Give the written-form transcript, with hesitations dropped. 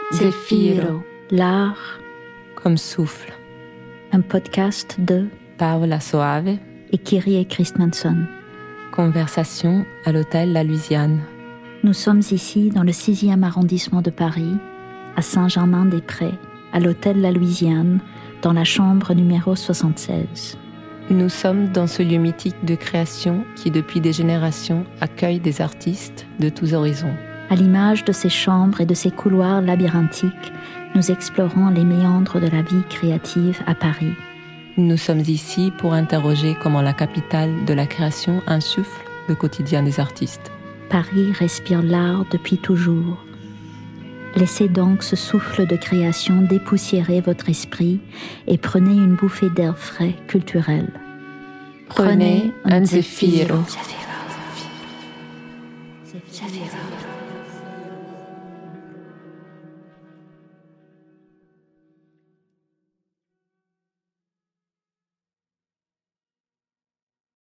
Zefiro, l'art comme souffle. Un podcast de Paola Soave et Kyrie Christmanson. Conversation à l'hôtel La Louisiane. Nous sommes ici dans le 6e arrondissement de Paris, à Saint-Germain-des-Prés, à l'hôtel La Louisiane, dans la chambre numéro 76. Nous sommes dans ce lieu mythique de création qui, depuis des générations, accueille des artistes de tous horizons. À l'image de ces chambres et de ces couloirs labyrinthiques, nous explorons les méandres de la vie créative à Paris. Nous sommes ici pour interroger comment la capitale de la création insuffle le quotidien des artistes. Paris respire l'art depuis toujours. Laissez donc ce souffle de création dépoussiérer votre esprit et prenez une bouffée d'air frais culturel. Prenez un Zefiro.